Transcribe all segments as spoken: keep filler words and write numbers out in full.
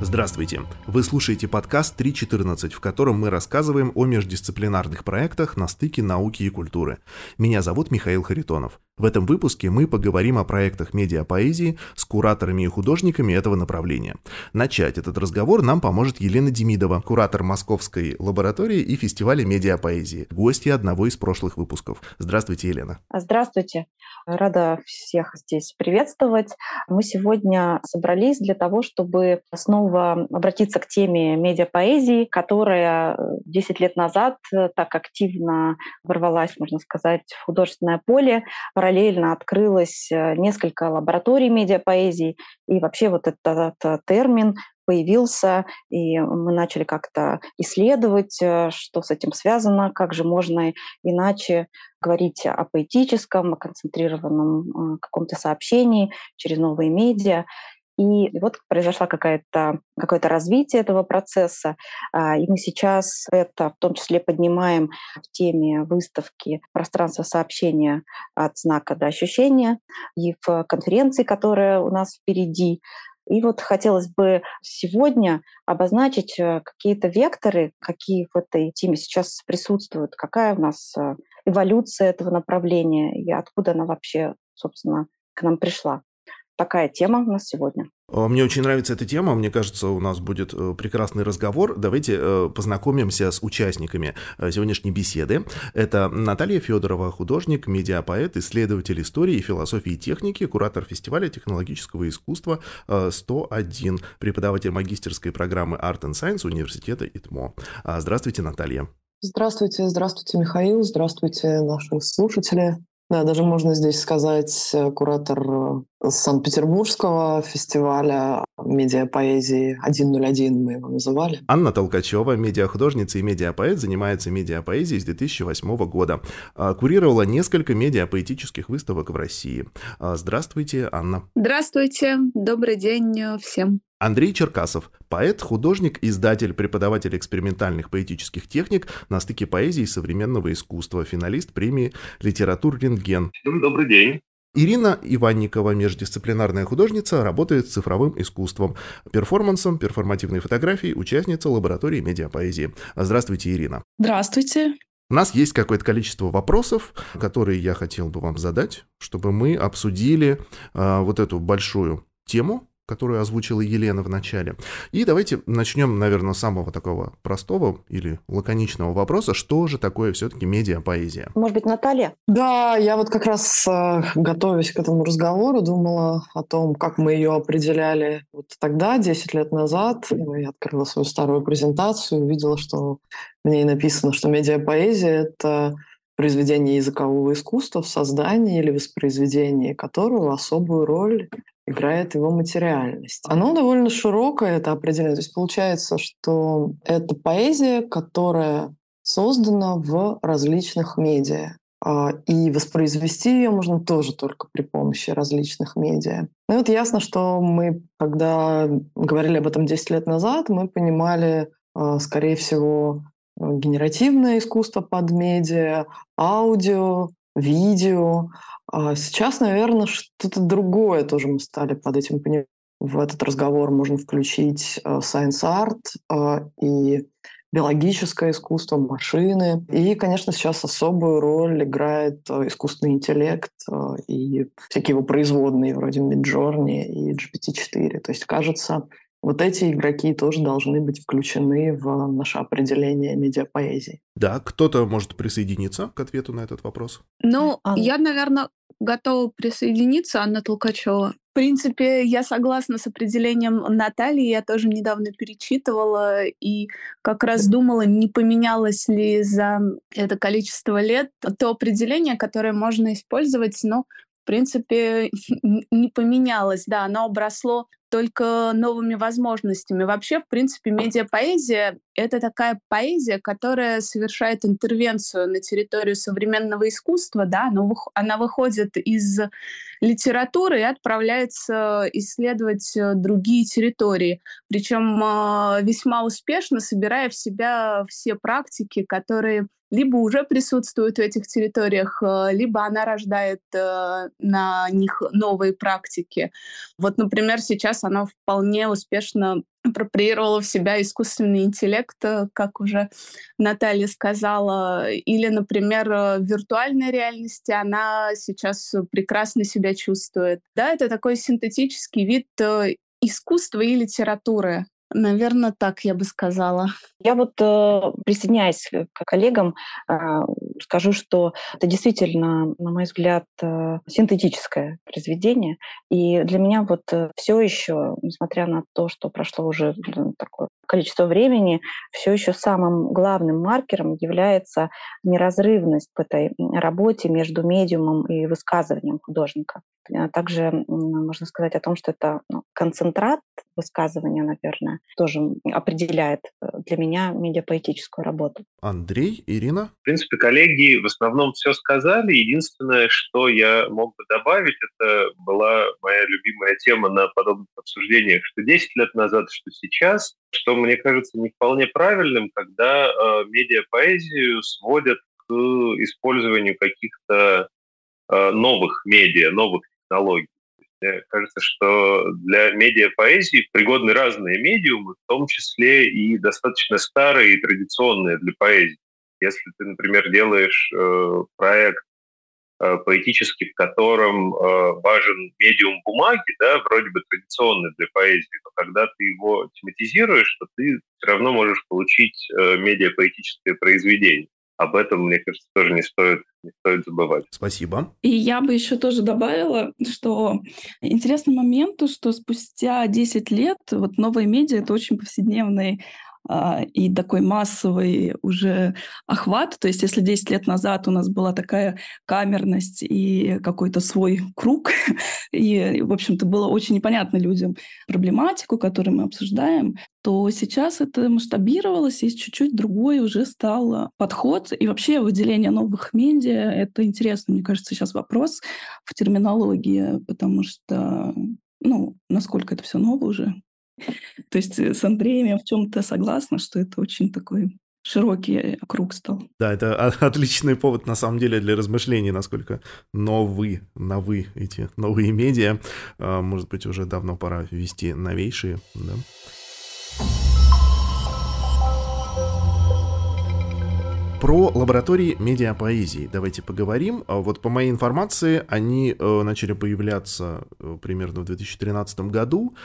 Здравствуйте! Вы слушаете подкаст три четырнадцать, в котором мы рассказываем о междисциплинарных проектах на стыке науки и культуры. Меня зовут Михаил Харитонов. В этом выпуске мы поговорим о проектах медиапоэзии с кураторами и художниками этого направления. Начать этот разговор нам поможет Елена Демидова, куратор Московской лаборатории и фестиваля медиапоэзии, гостья одного из прошлых выпусков. Здравствуйте, Елена. Здравствуйте. Рада всех здесь приветствовать. Мы сегодня собрались для того, чтобы снова обратиться к теме медиапоэзии, которая десять лет назад так активно ворвалась, можно сказать, в художественное поле. Параллельно открылось несколько лабораторий медиапоэзии, и вообще вот этот, этот термин появился, и мы начали как-то исследовать, что с этим связано, как же можно иначе говорить о поэтическом, о концентрированном каком-то сообщении через новые медиа. И вот произошло какое-то, какое-то развитие этого процесса, и мы сейчас это в том числе поднимаем в теме выставки «Пространство сообщения от знака до ощущения» и в конференции, которая у нас впереди. И вот хотелось бы сегодня обозначить какие-то векторы, какие в этой теме сейчас присутствуют, какая у нас эволюция этого направления и откуда она вообще, собственно, к нам пришла. Такая тема у нас сегодня. Мне очень нравится эта тема, мне кажется, у нас будет прекрасный разговор. Давайте познакомимся с участниками сегодняшней беседы. Это Наталья Федорова, художник, медиапоэт, исследователь истории и философии техники, куратор фестиваля технологического искусства сто один, преподаватель магистерской программы Art and Science университета ИТМО. Здравствуйте, Наталья. Здравствуйте, здравствуйте, Михаил, здравствуйте, наши слушатели. Да, даже можно здесь сказать куратор Санкт-Петербургского фестиваля медиапоэзии сто один, мы его называли. Анна Толкачева, медиахудожница и медиапоэт, занимается медиапоэзией с две тысячи восьмого года. Курировала несколько медиапоэтических выставок в России. Здравствуйте, Анна. Здравствуйте, добрый день всем. Андрей Черкасов, поэт, художник, издатель, преподаватель экспериментальных поэтических техник на стыке поэзии и современного искусства, финалист премии «Литератур Рентген». Добрый день. Ирина Иванникова, междисциплинарная художница, работает с цифровым искусством, перформансом, перформативной фотографией, участница лаборатории медиапоэзии. Здравствуйте, Ирина. Здравствуйте. У нас есть какое-то количество вопросов, которые я хотел бы вам задать, чтобы мы обсудили а, вот эту большую тему, которую озвучила Елена в начале. И давайте начнем, наверное, с самого такого простого или лаконичного вопроса. Что же такое все-таки медиапоэзия? Может быть, Наталья? Да, я вот как раз, готовясь к этому разговору, думала о том, как мы ее определяли вот тогда, десять лет назад. Я открыла свою старую презентацию, увидела, что в ней написано, что медиапоэзия — это произведение языкового искусства, в создании или воспроизведении которого особую роль играет его материальность. Оно довольно широкое, это определение. То есть получается, что это поэзия, которая создана в различных медиа. И воспроизвести ее можно тоже только при помощи различных медиа. Ну и вот ясно, что мы, когда говорили об этом десять лет назад, мы понимали, скорее всего, генеративное искусство под медиа, аудио, видео. А сейчас, наверное, что-то другое тоже мы стали под этим понимать. В этот разговор можно включить science art и биологическое искусство, машины. И, конечно, сейчас особую роль играет искусственный интеллект и всякие его производные, вроде Midjourney и джи пи ти четыре. То есть, кажется, вот эти игроки тоже должны быть включены в наше определение медиапоэзии. Да, кто-то может присоединиться к ответу на этот вопрос? Ну, Анна. я, наверное, готова присоединиться, Анна Толкачева. В принципе, я согласна с определением Натальи, я тоже недавно перечитывала и как раз думала, не поменялось ли за это количество лет то определение, которое можно использовать, но в принципе не поменялось, да, оно обросло только новыми возможностями. Вообще, в принципе, медиапоэзия — это такая поэзия, которая совершает интервенцию на территорию современного искусства, да, но она выходит из литературы и отправляется исследовать другие территории, причем весьма успешно собирая в себя все практики, которые либо уже присутствует в этих территориях, либо она рождает на них новые практики. Вот, например, сейчас она вполне успешно апроприировала в себя искусственный интеллект, как уже Наталья сказала, или, например, в виртуальной реальности она сейчас прекрасно себя чувствует. Да, это такой синтетический вид искусства и литературы. Наверное, так я бы сказала. Я вот э, присоединяюсь к коллегам, э, скажу, что это действительно, на мой взгляд, э, синтетическое произведение. И для меня вот э, все еще, несмотря на то, что прошло уже ну, такое количество времени, все еще самым главным маркером является неразрывность в этой работе между медиумом и высказыванием художника. А также м, можно сказать о том, что это ну, концентрат высказывания, наверное, тоже определяет э, для меня медиапоэтическую работу. Андрей, Ирина? В принципе, коллеги в основном все сказали. Единственное, что я мог бы добавить, это была моя любимая тема на подобных обсуждениях, что десять лет назад, что сейчас, что мне кажется не вполне правильным, когда э, медиапоэзию сводят к использованию каких-то э, новых медиа, новых технологий. Мне кажется, что для медиапоэзии пригодны разные медиумы, в том числе и достаточно старые и традиционные для поэзии. Если ты, например, делаешь э, проект э, поэтический, в котором э, важен медиум бумаги, да, вроде бы традиционный для поэзии, но когда ты его тематизируешь, то ты все равно можешь получить э, медиапоэтическое произведение. Об этом, мне кажется, тоже не стоит, не стоит забывать. Спасибо. И я бы еще тоже добавила, что интересный момент, то, что спустя десять лет вот новые медиа — это очень повседневный а, и такой массовый уже охват. То есть если десять лет назад у нас была такая камерность и какой-то свой круг, и, в общем-то, было очень непонятно людям проблематику, которую мы обсуждаем, то сейчас это масштабировалось, и чуть-чуть другой уже стал подход. И вообще выделение новых медиа — это интересно, мне кажется, сейчас вопрос в терминологии, потому что, ну, насколько это все ново уже. То есть с Андреем я в чем-то согласна, что это очень такой широкий круг стал. Да, это отличный повод, на самом деле, для размышлений, насколько новы, новы эти новые медиа. Может быть, уже давно пора ввести новейшие, да? Про лаборатории медиапоэзии давайте поговорим. Вот по моей информации, они начали появляться примерно в две тысячи тринадцатом году.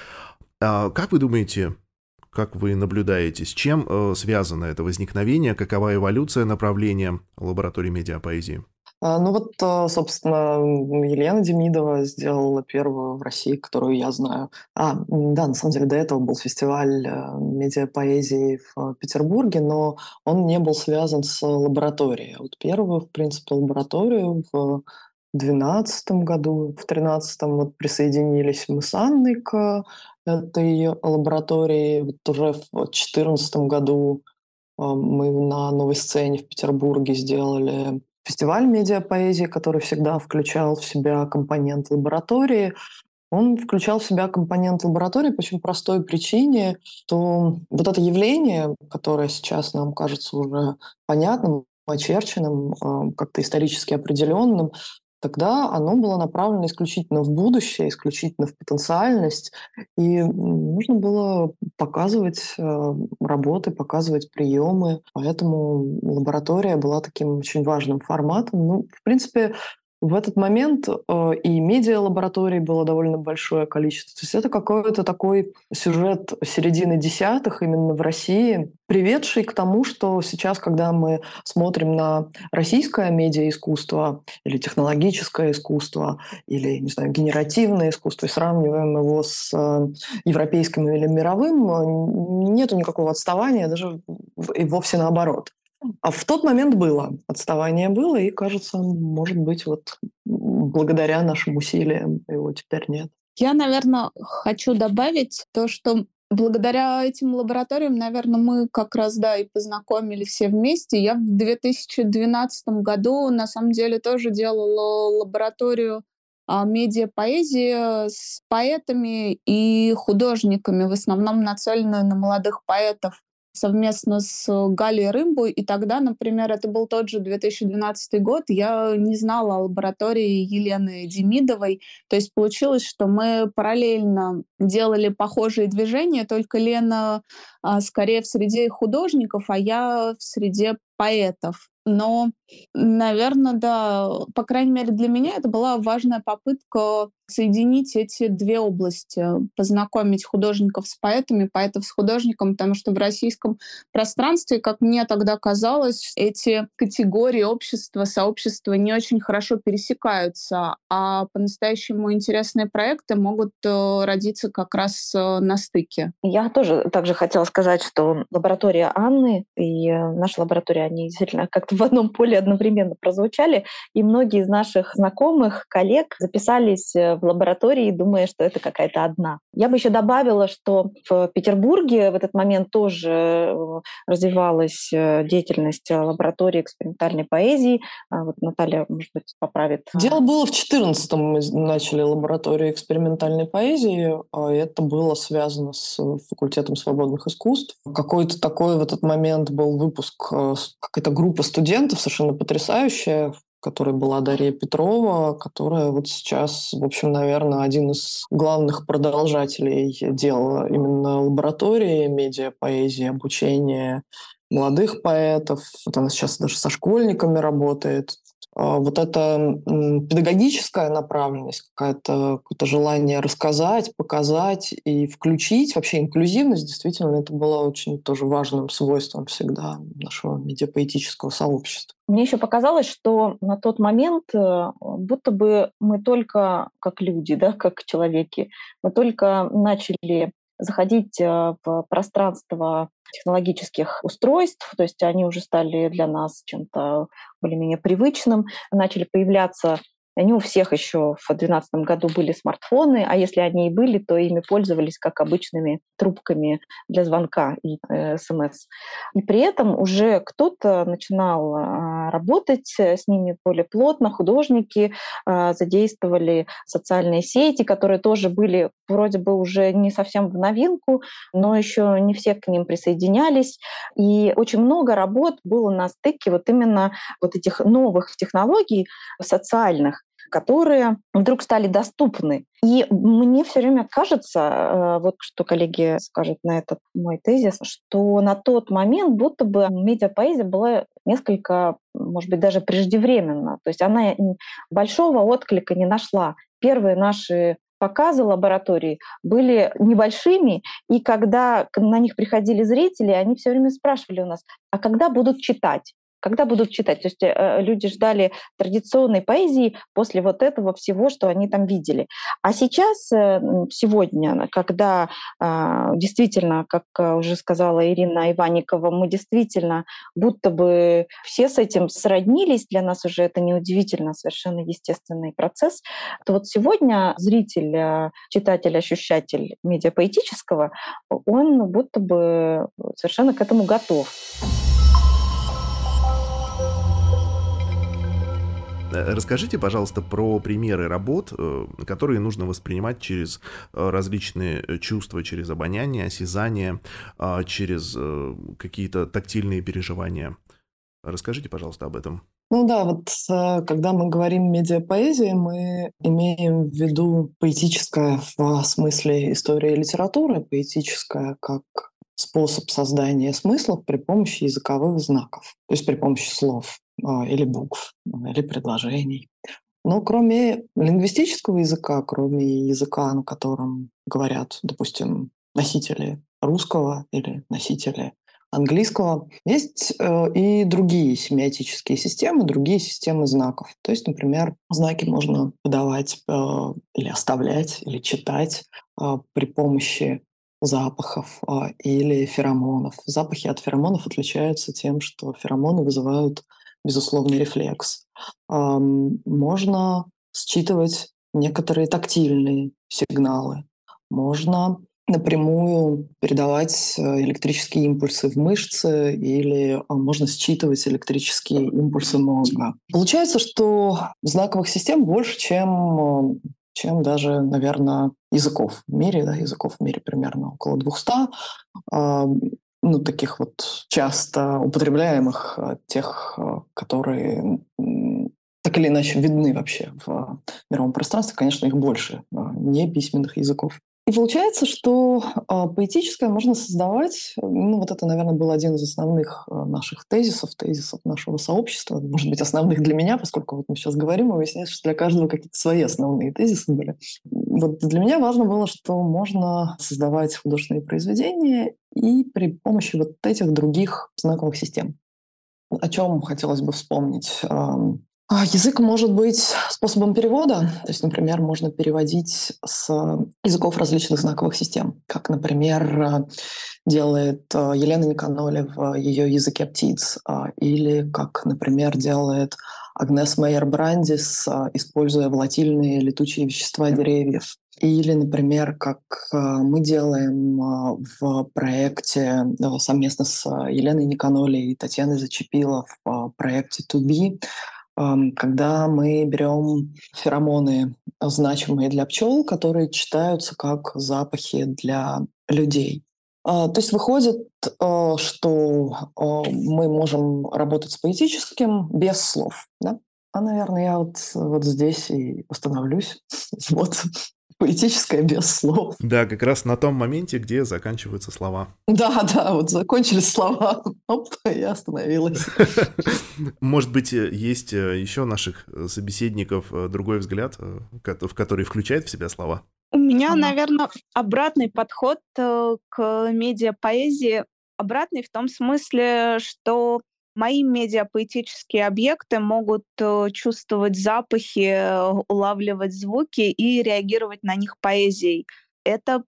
Как вы думаете, как вы наблюдаете, с чем связано это возникновение, какова эволюция направления лаборатории медиапоэзии? Ну вот, собственно, Елена Демидова сделала первую в России, которую я знаю. А, да, на самом деле до этого был фестиваль медиапоэзии в Петербурге, но он не был связан с лабораторией. Вот первую, в принципе, лабораторию в двенадцатом году, в тринадцатом вот присоединились мы с Анной к этой лаборатории. Вот уже в четырнадцатом году мы на Новой сцене в Петербурге сделали фестиваль медиапоэзии, который всегда включал в себя компонент лаборатории. Он включал в себя компонент лаборатории по очень простой причине, что вот это явление, которое сейчас нам кажется уже понятным, очерченным, как-то исторически определенным, тогда оно было направлено исключительно в будущее, исключительно в потенциальность, и нужно было показывать работы, показывать приемы, поэтому лаборатория была таким очень важным форматом. Ну, в принципе, в этот момент э, и медиа-лабораторий было довольно большое количество. То есть это какой-то такой сюжет середины десятых именно в России, приведший к тому, что сейчас, когда мы смотрим на российское медиа-искусство или технологическое искусство, или, не знаю, генеративное искусство, и сравниваем его с э, европейским или мировым, нету никакого отставания, даже и вовсе наоборот. А в тот момент было. Отставание было, и, кажется, может быть, вот благодаря нашим усилиям его теперь нет. Я, наверное, хочу добавить то, что благодаря этим лабораториям, наверное, мы как раз, да, и познакомились все вместе. Я в две тысячи двенадцатом году, на самом деле, тоже делала лабораторию а, медиапоэзии с поэтами и художниками, в основном нацеленную на молодых поэтов. совместно с Галей Рымбой, и тогда, например, это был тот же две тысячи двенадцатый год, я не знала о лаборатории Елены Демидовой, то есть получилось, что мы параллельно делали похожие движения, только Лена а, скорее в среде художников, а я в среде поэтов. Но, наверное, да, по крайней мере для меня это была важная попытка соединить эти две области, познакомить художников с поэтами, поэтов с художником, потому что в российском пространстве, как мне тогда казалось, эти категории общества, сообщества не очень хорошо пересекаются, а по-настоящему интересные проекты могут э, родиться как раз э, на стыке. Я тоже также хотела сказать, что лаборатория Анны и э, наша лаборатория, они действительно как-то в одном поле одновременно прозвучали, и многие из наших знакомых, коллег записались в лаборатории, думая, что это какая-то одна. Я бы еще добавила, что в Петербурге в этот момент тоже развивалась деятельность лаборатории экспериментальной поэзии. Вот Наталья, может быть, поправит. Дело было в четырнадцатом, мы начали лабораторию экспериментальной поэзии, а это было связано с факультетом свободных искусств. Какой-то такой в этот момент был выпуск, какая-то группа студентов совершенно потрясающая, в которой была Дарья Петрова, которая вот сейчас, в общем, наверное, один из главных продолжателей дела именно лаборатории, медиапоэзии, обучения молодых поэтов. Вот она сейчас даже со школьниками работает. Вот эта педагогическая направленность, какая-то, какое-то желание рассказать, показать и включить. Вообще инклюзивность, действительно, это было очень тоже важным свойством всегда нашего медиапоэтического сообщества. Мне еще показалось, что на тот момент будто бы мы только как люди, да, как человеки, мы только начали заходить в пространство технологических устройств, то есть они уже стали для нас чем-то более-менее привычным, начали появляться. Они у всех еще в две тысячи двенадцатом году были смартфоны, а если они и были, то ими пользовались как обычными трубками для звонка и э, смс. И при этом уже кто-то начинал э, работать с ними более плотно, художники э, задействовали социальные сети, которые тоже были вроде бы уже не совсем в новинку, но еще не все к ним присоединялись. И очень много работ было на стыке вот именно вот этих новых технологий социальных, которые вдруг стали доступны. И мне все время кажется, вот что коллеги скажут на этот мой тезис, что на тот момент будто бы медиапоэзия была несколько, может быть, даже преждевременно. То есть она большого отклика не нашла. Первые наши показы лаборатории были небольшими, и когда на них приходили зрители, они все время спрашивали у нас, а когда будут читать? Когда будут читать? То есть э, люди ждали традиционной поэзии после вот этого всего, что они там видели. А сейчас, э, сегодня, когда э, действительно, как уже сказала Ирина Иванникова, мы действительно будто бы все с этим сроднились, для нас уже это неудивительно, совершенно естественный процесс, то вот сегодня зритель, читатель, ощущатель медиапоэтического, он будто бы совершенно к этому готов. Расскажите, пожалуйста, про примеры работ, которые нужно воспринимать через различные чувства, через обоняние, осязание, через какие-то тактильные переживания. Расскажите, пожалуйста, об этом. Ну да, вот когда мы говорим медиапоэзия, мы имеем в виду поэтическое в смысле истории и литературы, поэтическое как способ создания смыслов при помощи языковых знаков, то есть при помощи слов или букв, или предложений. Но кроме лингвистического языка, кроме языка, на котором говорят, допустим, носители русского или носители английского, есть э, и другие семиотические системы, другие системы знаков. То есть, например, знаки можно подавать э, или оставлять, или читать э, при помощи запахов э, или феромонов. Запахи от феромонов отличаются тем, что феромоны вызывают безусловный рефлекс. Э, можно считывать некоторые тактильные сигналы. Можно напрямую передавать электрические импульсы в мышцы или можно считывать электрические импульсы мозга. Получается, что знаковых систем больше, чем, чем даже, наверное, языков в мире. Да, языков в мире примерно около двухсот. ну, таких вот часто употребляемых, тех, которые так или иначе видны вообще в мировом пространстве, конечно, их больше, не письменных языков. И получается, что поэтическое можно создавать, ну, вот это, наверное, был один из основных наших тезисов, тезисов нашего сообщества, может быть, основных для меня, поскольку вот мы сейчас говорим, и выясняется, что для каждого какие-то свои основные тезисы были. Вот для меня важно было, что можно создавать художественные произведения и при помощи вот этих других знаковых систем. О чем хотелось бы вспомнить? Язык может быть способом перевода. То есть, например, можно переводить с языков различных знаковых систем, как, например, делает Елена Никоноли в ее языке птиц, или как, например, делает Агнес Мейер-Брандис, используя волатильные летучие вещества деревьев. Или, например, как мы делаем в проекте совместно с Еленой Никоноли и Татьяной Зачепило в проекте «To Be», когда мы берем феромоны, значимые для пчел, которые читаются как запахи для людей. То есть выходит, что мы можем работать с поэтическим без слов. Да? А, наверное, я вот, вот здесь и остановлюсь. Вот. Поэтическое без слов. Да, как раз на том моменте, где заканчиваются слова. Да, да, вот закончились слова. Оп, я остановилась. Может быть, есть еще наших собеседников другой взгляд, в который включает в себя слова? У меня, ага. наверное, обратный подход к медиапоэзии. Обратный в том смысле, что мои медиапоэтические объекты могут чувствовать запахи, улавливать звуки и реагировать на них поэзией. Эта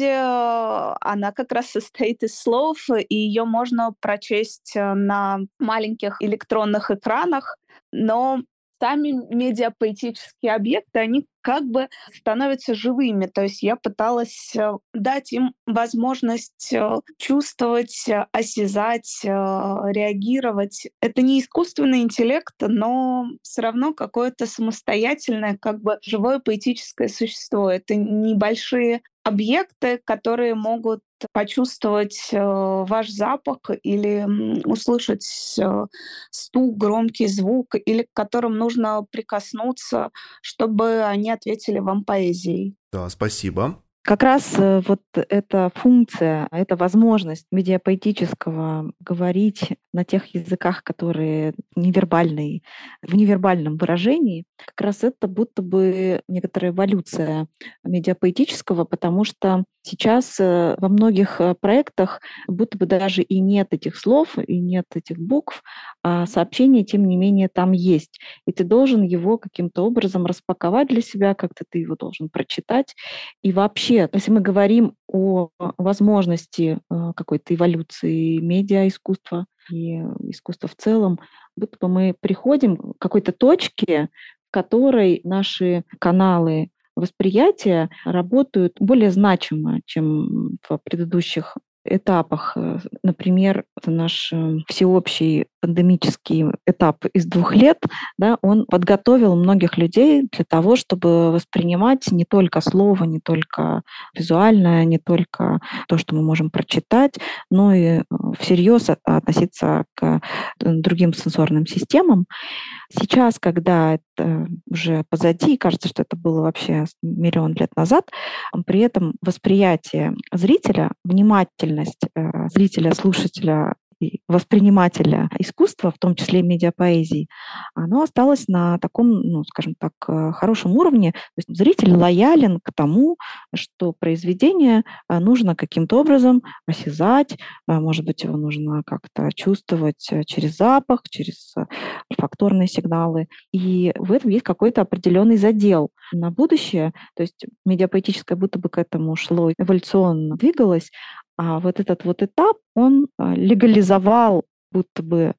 поэзия, она как раз состоит из слов, и ее можно прочесть на маленьких электронных экранах, но сами медиапоэтические объекты, они как бы становятся живыми. То есть я пыталась дать им возможность чувствовать, осязать, реагировать. Это не искусственный интеллект, но все равно какое-то самостоятельное, как бы живое поэтическое существо. Это небольшие объекты, которые могут почувствовать э, ваш запах или м, услышать э, стук, громкий звук, или к которым нужно прикоснуться, чтобы они ответили вам поэзией. Да, спасибо. Как раз вот эта функция, эта возможность медиапоэтического говорить на тех языках, которые невербальные, в невербальном выражении, как раз это будто бы некоторая эволюция медиапоэтического, потому что сейчас во многих проектах будто бы даже и нет этих слов, и нет этих букв, а сообщение, тем не менее, там есть. И ты должен его каким-то образом распаковать для себя, как-то ты его должен прочитать. И вообще, если мы говорим о возможности какой-то эволюции медиаискусства и искусства в целом, будто бы мы приходим к какой-то точке, в которой наши каналы восприятия работают более значимо, чем в предыдущих этапах. Например, наш всеобщий пандемический этап из двух лет, да, он подготовил многих людей для того, чтобы воспринимать не только слово, не только визуальное, не только то, что мы можем прочитать, но и всерьез относиться к другим сенсорным системам. Сейчас, когда это уже позади, кажется, что это было вообще миллион лет назад, при этом восприятие зрителя, внимательность э, зрителя, слушателя и воспринимателя искусства, в том числе медиапоэзии, оно осталось на таком, ну, скажем так, хорошем уровне. То есть зритель лоялен к тому, что произведение нужно каким-то образом осязать, может быть, его нужно как-то чувствовать через запах, через факторные сигналы. И в этом есть какой-то определенный задел на будущее. То есть медиапоэтическое будто бы к этому шло, эволюционно двигалось, а вот этот вот этап, он легализовал будто бы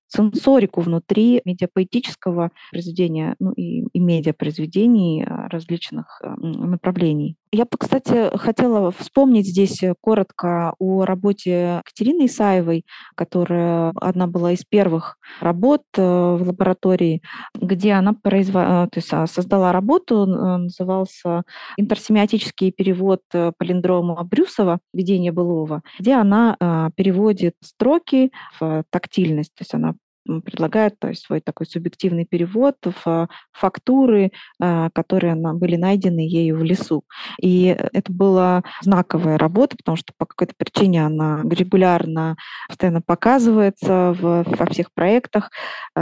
сенсорику внутри медиапоэтического произведения, ну и, и медиапроизведений различных направлений. Я бы, кстати, хотела вспомнить здесь коротко о работе Катерины Исаевой, которая одна была из первых работ в лаборатории, где она произвела, то есть создала работу, назывался «Интерсемиотический перевод палиндрома Брюсова. Видение былого», где она переводит строки в тактильность, то есть она предлагает, то есть, свой такой субъективный перевод в фактуры, которые были найдены ею в лесу. И это была знаковая работа, потому что по какой-то причине она регулярно, постоянно показывается в, во всех проектах,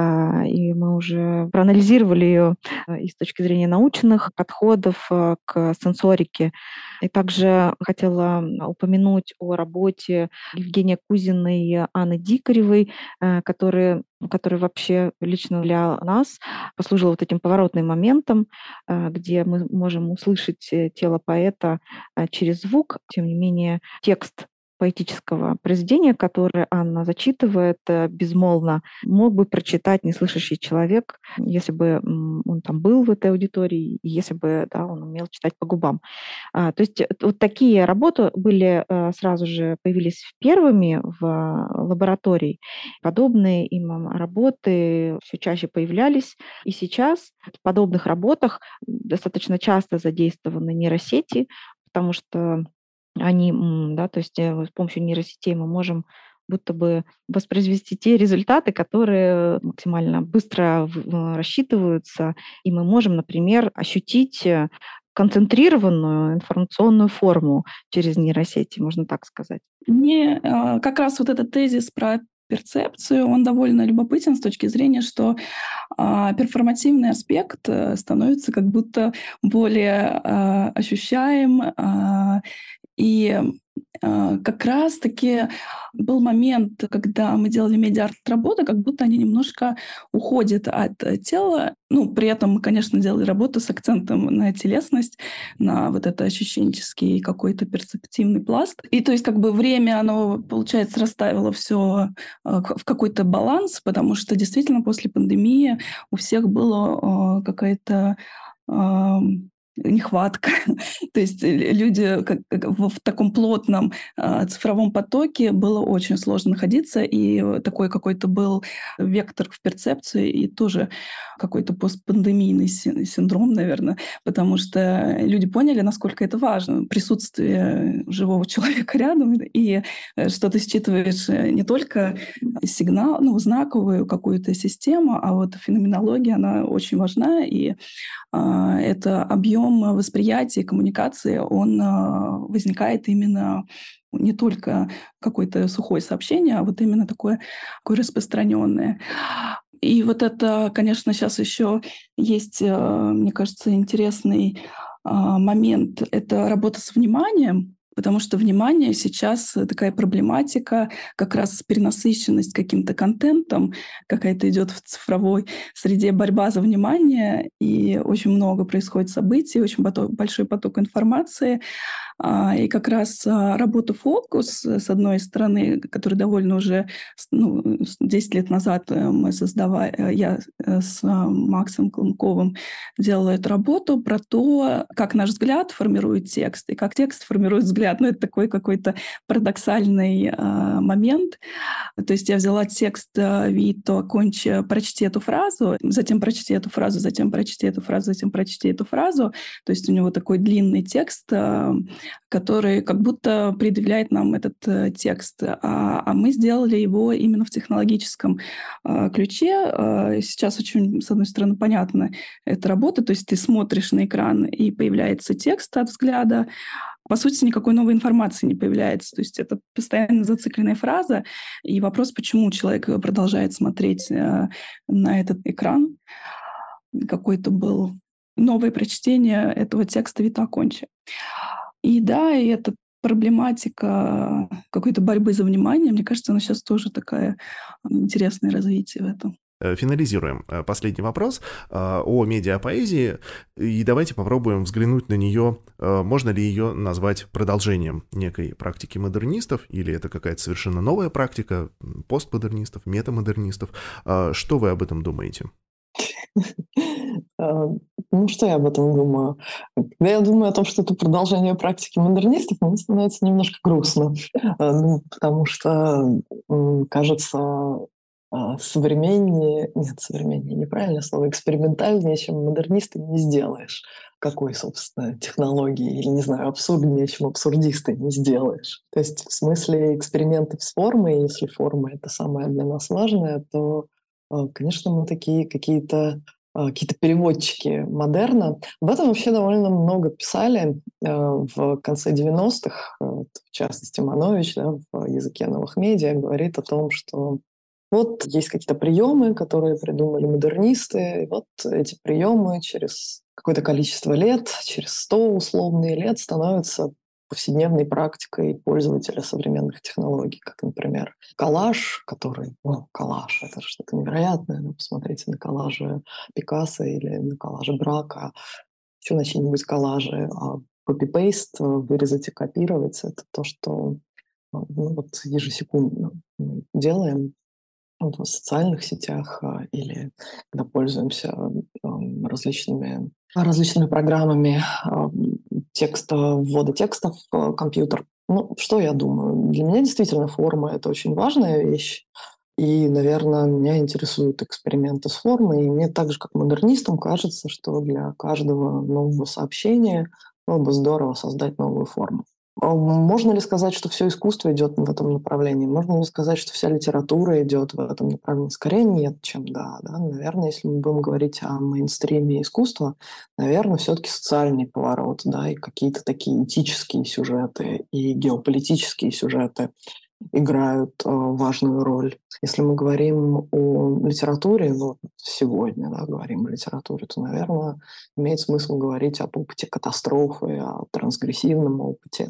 и мы уже проанализировали ее и с точки зрения научных подходов к сенсорике. И также хотела упомянуть о работе Евгения Кузиной и Анны Дикаревой, которые который вообще лично для нас послужил вот этим поворотным моментом, где мы можем услышать тело поэта через звук. Тем не менее, текст поэтического произведения, которое Анна зачитывает безмолвно, мог бы прочитать неслышащий человек, если бы он там был в этой аудитории, и если бы, да, он умел читать по губам. А, то есть вот такие работы были сразу же, появились первыми в лаборатории. Подобные им работы все чаще появлялись, и сейчас в подобных работах достаточно часто задействованы нейросети, потому что они, да, то есть с помощью нейросетей мы можем будто бы воспроизвести те результаты, которые максимально быстро рассчитываются, и мы можем, например, ощутить концентрированную информационную форму через нейросети, можно так сказать. Мне как раз вот этот тезис про перцепцию, он довольно любопытен с точки зрения, что а, перформативный аспект становится как будто более а, ощущаем, а, и а, как раз-таки был момент, когда мы делали медиа-арт-работы, как будто они немножко уходят от тела. Ну, при этом мы, конечно, делали работу с акцентом на телесность, на вот это ощущенческий какой-то перцептивный пласт. И то есть как бы время, оно, получается, расставило все в какой-то баланс, потому что действительно после пандемии у всех была какая-то нехватка. То есть люди как, как в таком плотном э, цифровом потоке было очень сложно находиться, и такой какой-то был вектор в перцепции, и тоже какой-то постпандемийный синдром, наверное, потому что люди поняли, насколько это важно, присутствие живого человека рядом, и что ты считываешь не только сигнал, ну, знаковую какую-то систему, а вот феноменология, она очень важна, и э, это объем восприятия, коммуникации, он возникает именно не только какое-то сухое сообщение, а вот именно такое, такое распространенное. И вот это, конечно, сейчас еще есть, мне кажется, интересный момент. Это работа с вниманием, потому что внимание сейчас такая проблематика, как раз перенасыщенность каким-то контентом, какая-то идет в цифровой среде борьба за внимание, и очень много происходит событий, очень поток, большой поток информации. И как раз работа «Фокус», с одной стороны, которая довольно уже ну, десять лет назад мы создавали, я с Максом Клымковым делала эту работу про то, как наш взгляд формирует текст, и как текст формирует взгляд. Ну, это такой какой-то парадоксальный момент. То есть я взяла текст Вито «Кончи, прочти эту фразу», затем прочти эту фразу, затем прочти эту фразу, затем прочти эту фразу. То есть у него такой длинный текст, который как будто предъявляет нам этот э, текст. А, а мы сделали его именно в технологическом э, ключе. Э, сейчас очень, с одной стороны, понятна эта работа. То есть ты смотришь на экран, и появляется текст от взгляда. По сути, никакой новой информации не появляется. То есть это постоянно зацикленная фраза. И вопрос, почему человек продолжает смотреть э, на этот экран. Какой-то был новое прочтение этого текста Вито Кончи. И да, и эта проблематика какой-то борьбы за внимание, мне кажется, она сейчас тоже такая интересное развитие в этом. Финализируем последний вопрос о медиапоэзии, и давайте попробуем взглянуть на нее. Можно ли ее назвать продолжением некой практики модернистов, или это какая-то совершенно новая практика постмодернистов, метамодернистов? Что вы об этом думаете? Ну, что я об этом думаю? Когда я думаю о том, что это продолжение практики модернистов, мне становится немножко грустно, ну, потому что, кажется, современнее, нет, современнее, неправильное слово, экспериментальнее, чем модернисты, не сделаешь. Какой, собственно, технологии, или, не знаю, абсурднее, чем абсурдисты, не сделаешь. То есть в смысле экспериментов с формой, если форма — это самое для нас важное, то, конечно, мы такие какие-то какие-то переводчики модерна. Об этом вообще довольно много писали в конце девяностых, в частности, Манович, да, в «Языке новых медиа» говорит о том, что вот есть какие-то приемы, которые придумали модернисты, и вот эти приемы через какое-то количество лет, через сто условные лет становятся повседневной практикой пользователя современных технологий, как, например, коллаж, который... О, коллаж, это же что-то невероятное. Ну, посмотрите на коллажи Пикассо или на коллажи Брака, еще на чьи-нибудь коллажи. А копипейст, вырезать и копировать — это то, что ну, вот ежесекундно мы делаем в социальных сетях или когда пользуемся различными, различными программами текста, ввода текстов в компьютер. Ну, что я думаю? Для меня действительно форма — это очень важная вещь. И, наверное, меня интересуют эксперименты с формой. И мне так же, как модернистам, кажется, что для каждого нового сообщения было бы здорово создать новую форму. Можно ли сказать, что все искусство идет в этом направлении? Можно ли сказать, что вся литература идет в этом направлении? Скорее нет, чем да. да? Наверное, если мы будем говорить о мейнстриме искусства, наверное, все-таки социальный поворот, да, и какие-то такие этические сюжеты и геополитические сюжеты играют э, важную роль. Если мы говорим о литературе, ну, сегодня, да, говорим о литературе, то, наверное, имеет смысл говорить об опыте катастрофы, о трансгрессивном опыте.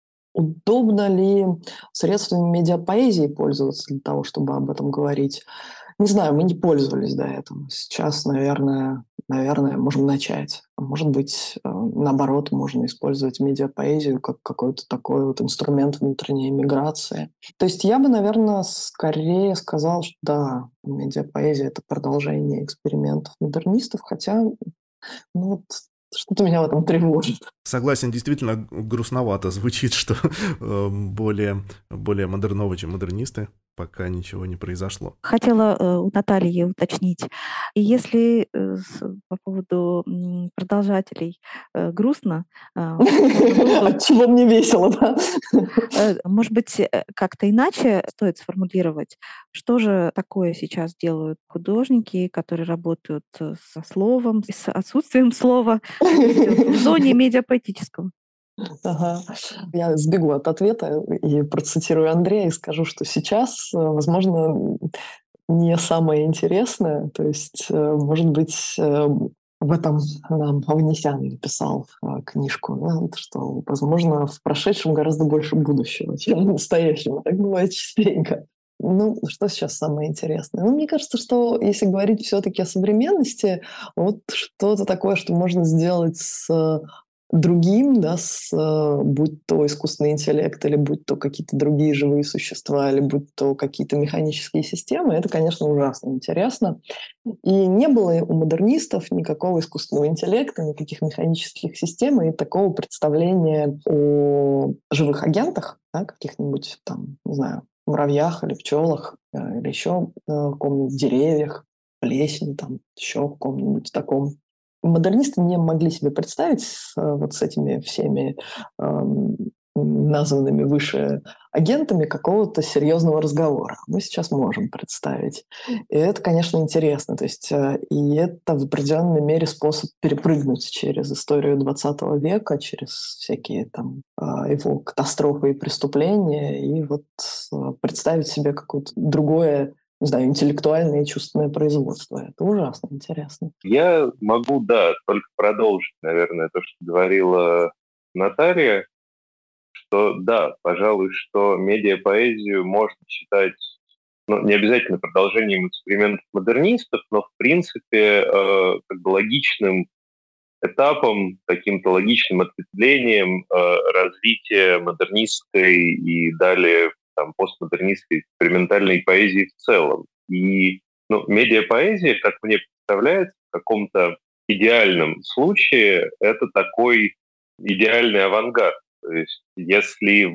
Удобно ли средствами медиапоэзии пользоваться для того, чтобы об этом говорить? Не знаю, мы не пользовались до этого. Сейчас, наверное, наверное, можем начать. Может быть, наоборот, можно использовать медиапоэзию как какой-то такой вот инструмент внутренней миграции. То есть я бы, наверное, скорее сказал, что да, медиапоэзия — это продолжение экспериментов модернистов, хотя ну, вот, что-то меня в этом тревожит. Согласен, действительно грустновато звучит, что более, более модерновы, чем модернисты. Пока ничего не произошло. Хотела э, у Натальи уточнить. И если э, с, по поводу м, продолжателей э, грустно, э, чего мне весело, да? Может быть, как-то иначе стоит сформулировать, что же такое сейчас делают художники, которые работают со словом, с отсутствием слова в зоне медиапоэтического. Ага. Я сбегу от ответа и процитирую Андрея и скажу, что сейчас, возможно, не самое интересное. То есть, может быть, в этом нам Аванесян написал книжку, да, что, возможно, в прошедшем гораздо больше будущего, чем в настоящем. Так бывает частенько. Ну, что сейчас самое интересное? Ну, мне кажется, что если говорить все-таки о современности, вот что-то такое, что можно сделать с другим, да, с, будь то искусственный интеллект, или будь то какие-то другие живые существа, или будь то какие-то механические системы, это, конечно, ужасно интересно. И не было у модернистов никакого искусственного интеллекта, никаких механических систем и такого представления о живых агентах, да, каких-нибудь там, не знаю, муравьях или пчелах, или еще в каком-нибудь деревьях, плесени, там, еще в каком-нибудь таком. Модернисты не могли себе представить вот с этими всеми э, названными выше агентами какого-то серьезного разговора. Мы сейчас можем представить. И это, конечно, интересно. То есть, э, и это в определенной мере способ перепрыгнуть через историю двадцатого века, через всякие там э, его катастрофы и преступления, и вот э, представить себе какое-то другое, не знаю, интеллектуальное и чувственное производство. Это ужасно интересно. Я могу, да, только продолжить, наверное, то, что говорила Наталья, что да, пожалуй, что медиапоэзию можно считать ну, не обязательно продолжением экспериментов модернистов, но, в принципе, э, как бы логичным этапом, каким-то логичным ответвлением э, развития модернистской и далее там, постмодернистской экспериментальной поэзии в целом. И ну, медиапоэзия, как мне представляется, в каком-то идеальном случае это такой идеальный авангард. То есть если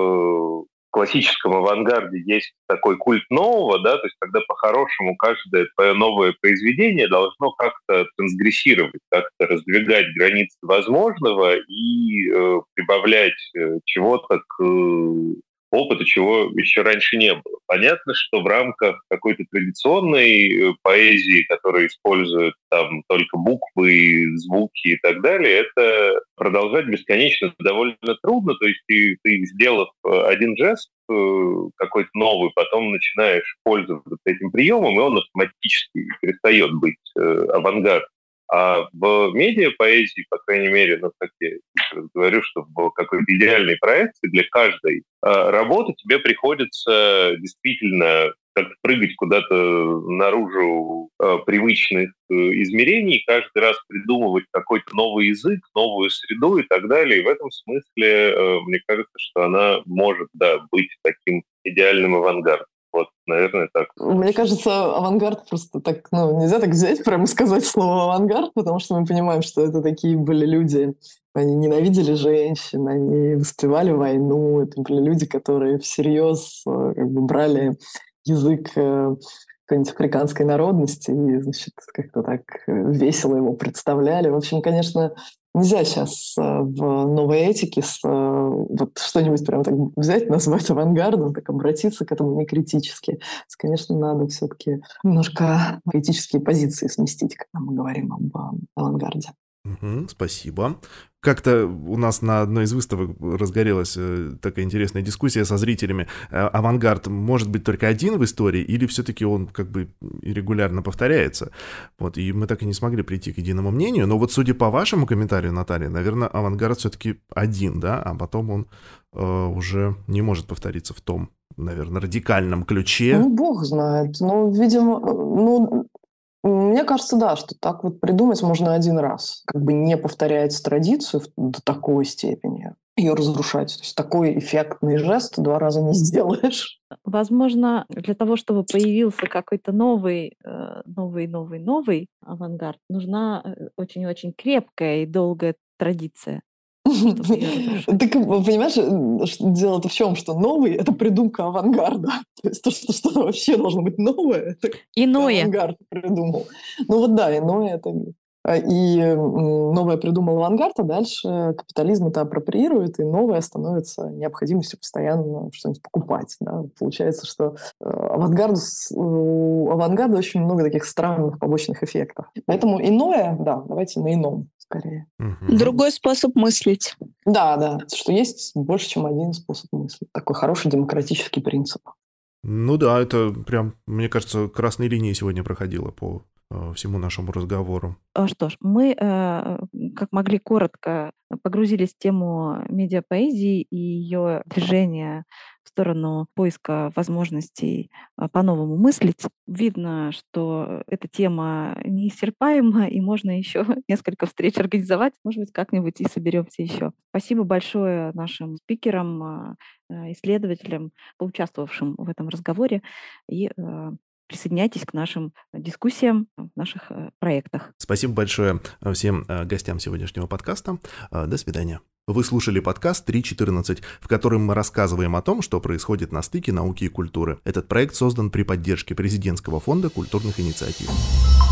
в классическом авангарде есть такой культ нового, да, то есть когда по-хорошему каждое твое новое произведение должно как-то трансгрессировать, как-то раздвигать границы возможного и э, прибавлять э, чего-то к э, опыту, чего еще раньше не было. Понятно, что в рамках какой-то традиционной поэзии, которая использует там только буквы, звуки и так далее, это продолжать бесконечно довольно трудно. То есть ты, ты сделав один жест какой-то новый, потом начинаешь пользоваться этим приемом, и он автоматически перестает быть авангардом. А в медиапоэзии, по крайней мере, ну, как я говорю, что в какой-то идеальной проекции для каждой э, работы тебе приходится действительно как-то прыгать куда-то наружу э, привычных э, измерений, каждый раз придумывать какой-то новый язык, новую среду и так далее. И в этом смысле, э, мне кажется, что она может, да, быть таким идеальным авангардом. Вот, наверное, так. Мне кажется, авангард просто так, ну, нельзя так взять, прямо сказать слово авангард, потому что мы понимаем, что это такие были люди, они ненавидели женщин, они воспевали войну, это были люди, которые всерьез как бы брали язык какой-нибудь африканской народности и, значит, как-то так весело его представляли. В общем, конечно, нельзя сейчас в новой этике вот что-нибудь прям так взять, назвать авангардом, так обратиться к этому не критически. Конечно, надо все-таки немножко критические позиции сместить, когда мы говорим об авангарде. Угу, спасибо. Как-то у нас на одной из выставок разгорелась такая интересная дискуссия со зрителями. Авангард может быть только один в истории или все-таки он как бы регулярно повторяется? Вот, и мы так и не смогли прийти к единому мнению. Но вот судя по вашему комментарию, Наталья, наверное, авангард все-таки один, да? А потом он э, уже не может повториться в том, наверное, радикальном ключе. Ну, бог знает. Ну, видимо, ну... Мне кажется, да, что так вот придумать можно один раз. Как бы не повторять традицию до такой степени, ее разрушать. То есть такой эффектный жест два раза не сделаешь. Возможно, для того, чтобы появился какой-то новый, новый, новый, новый авангард, нужна очень-очень крепкая и долгая традиция. Так, понимаешь, дело-то в чем, что новый — это придумка авангарда. То есть то, что что-то вообще должно быть новое, это иное. Авангард придумал. Ну вот да, иное это мир. И новое придумал авангард, а дальше капитализм это апроприирует, и новое становится необходимостью постоянно что-нибудь покупать. Да? Получается, что авангарду, у авангарда очень много таких странных побочных эффектов. Поэтому иное, да, давайте на ином скорее. Угу. Другой способ мыслить. Да, да, что есть больше, чем один способ мыслить. Такой хороший демократический принцип. Ну да, это прям, мне кажется, красной линией сегодня проходило по э, всему нашему разговору. Что ж, мы, э, как могли, коротко погрузились в тему медиапоэзии и ее движения в сторону поиска возможностей по-новому мыслить. Видно, что эта тема неисчерпаема, и можно еще несколько встреч организовать. Может быть, как-нибудь и соберемся еще. Спасибо большое нашим спикерам, исследователям, поучаствовавшим в этом разговоре. И присоединяйтесь к нашим дискуссиям в наших проектах. Спасибо большое всем гостям сегодняшнего подкаста. До свидания. Вы слушали подкаст три четырнадцать, в котором мы рассказываем о том, что происходит на стыке науки и культуры. Этот проект создан при поддержке Президентского фонда культурных инициатив.